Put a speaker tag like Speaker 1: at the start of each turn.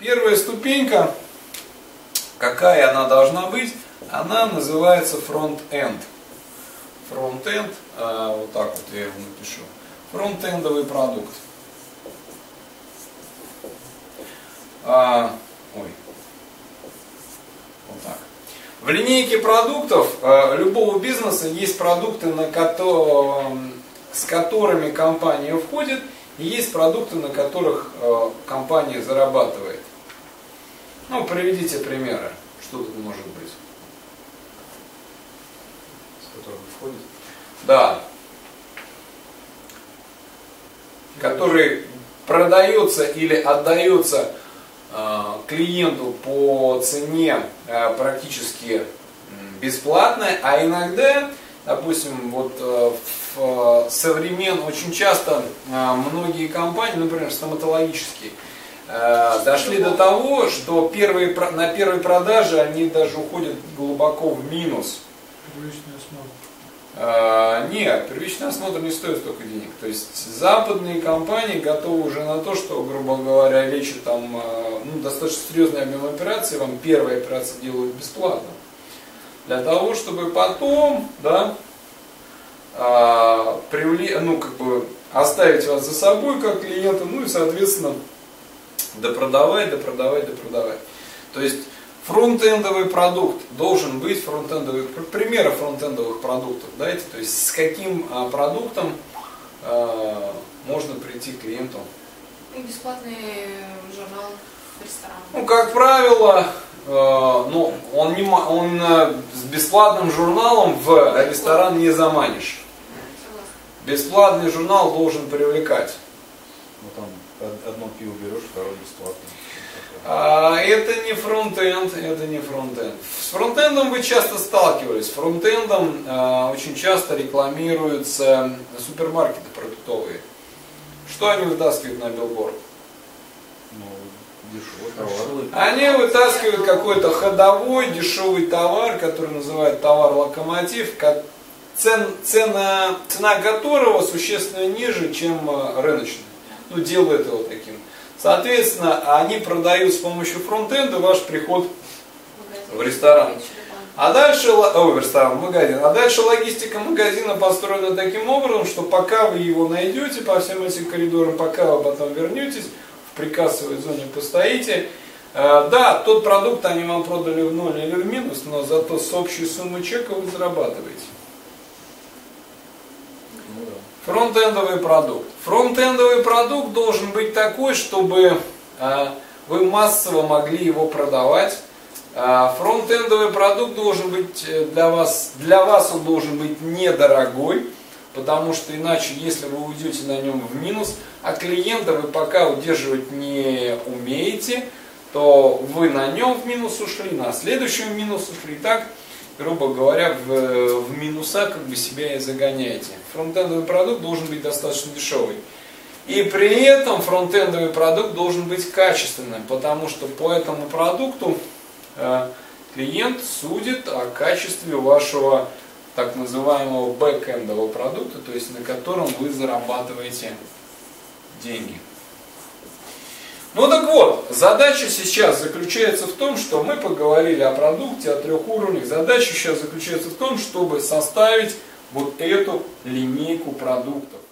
Speaker 1: Первая ступенька, какая она должна быть, она называется фронт-энд. Фронт-энд, вот так вот я его напишу. Фронт-эндовый продукт. Вот так. В линейке продуктов любого бизнеса есть продукты, с которыми компания входит, и есть продукты, на которых компания зарабатывает. Ну, приведите примеры, что тут может быть.
Speaker 2: С которыми входит?
Speaker 1: Да. Который продается или отдается клиенту по цене практически бесплатной, а иногда, допустим, вот очень часто многие компании, например, стоматологические, дошли до того, что на первой продаже они даже уходят глубоко в минус.
Speaker 3: Первичный осмотр.
Speaker 1: Нет, первичный осмотр не стоит столько денег. То есть западные компании готовы уже на то, что, грубо говоря, лечат там достаточно серьезный объем операций, вам первые операции делают бесплатно. Для того, чтобы потом, да, оставить вас за собой как клиента, ну и, соответственно, допродавать. То есть фронтендовый продукт должен быть примеры фронтендовых продуктов. Дайте, то есть с каким продуктом можно прийти к клиенту?
Speaker 4: Бесплатный журнал ресторана.
Speaker 1: Ну, как правило, он с бесплатным журналом в ресторан не заманишь. Бесплатный журнал должен привлекать.
Speaker 2: Ну там одно пиво берешь, второе бесплатно.
Speaker 1: Это не фронтенд, С фронтендом вы часто сталкивались. С фронтендом очень часто рекламируются супермаркеты продуктовые. Что они вытаскивают на билборд?
Speaker 2: Ну, дешевый товар.
Speaker 1: Они вытаскивают какой-то ходовой, дешевый товар, который называют товар-локомотив, цена которого существенно ниже, чем рыночная. Ну, делает его таким. Соответственно, они продают с помощью фронтенда ваш приход в ресторан. А дальше, в магазин. А дальше логистика магазина построена таким образом, что пока вы его найдете по всем этим коридорам, пока вы потом вернетесь, в прикассовой зоне постоите, да, тот продукт они вам продали в ноль или в минус, но зато с общей суммы чека вы зарабатываете. Фронтендовый продукт. Фронтендовый продукт должен быть такой, чтобы вы массово могли его продавать. Фронтендовый продукт должен быть для вас он должен быть недорогой, потому что иначе, если вы уйдете на нем в минус, а клиента вы пока удерживать не умеете, то вы на нем в минус ушли, на следующем в минус ушли, так, грубо говоря, в минуса как бы себя и загоняете. Фронтендовый продукт должен быть достаточно дешевый. И при этом фронтендовый продукт должен быть качественным, потому что по этому продукту клиент судит о качестве вашего так называемого бэкэндового продукта, то есть на котором вы зарабатываете деньги. Ну так вот, задача сейчас заключается в том, что мы поговорили о продукте, о 3 уровнях. Задача сейчас заключается в том, чтобы составить вот эту линейку продуктов.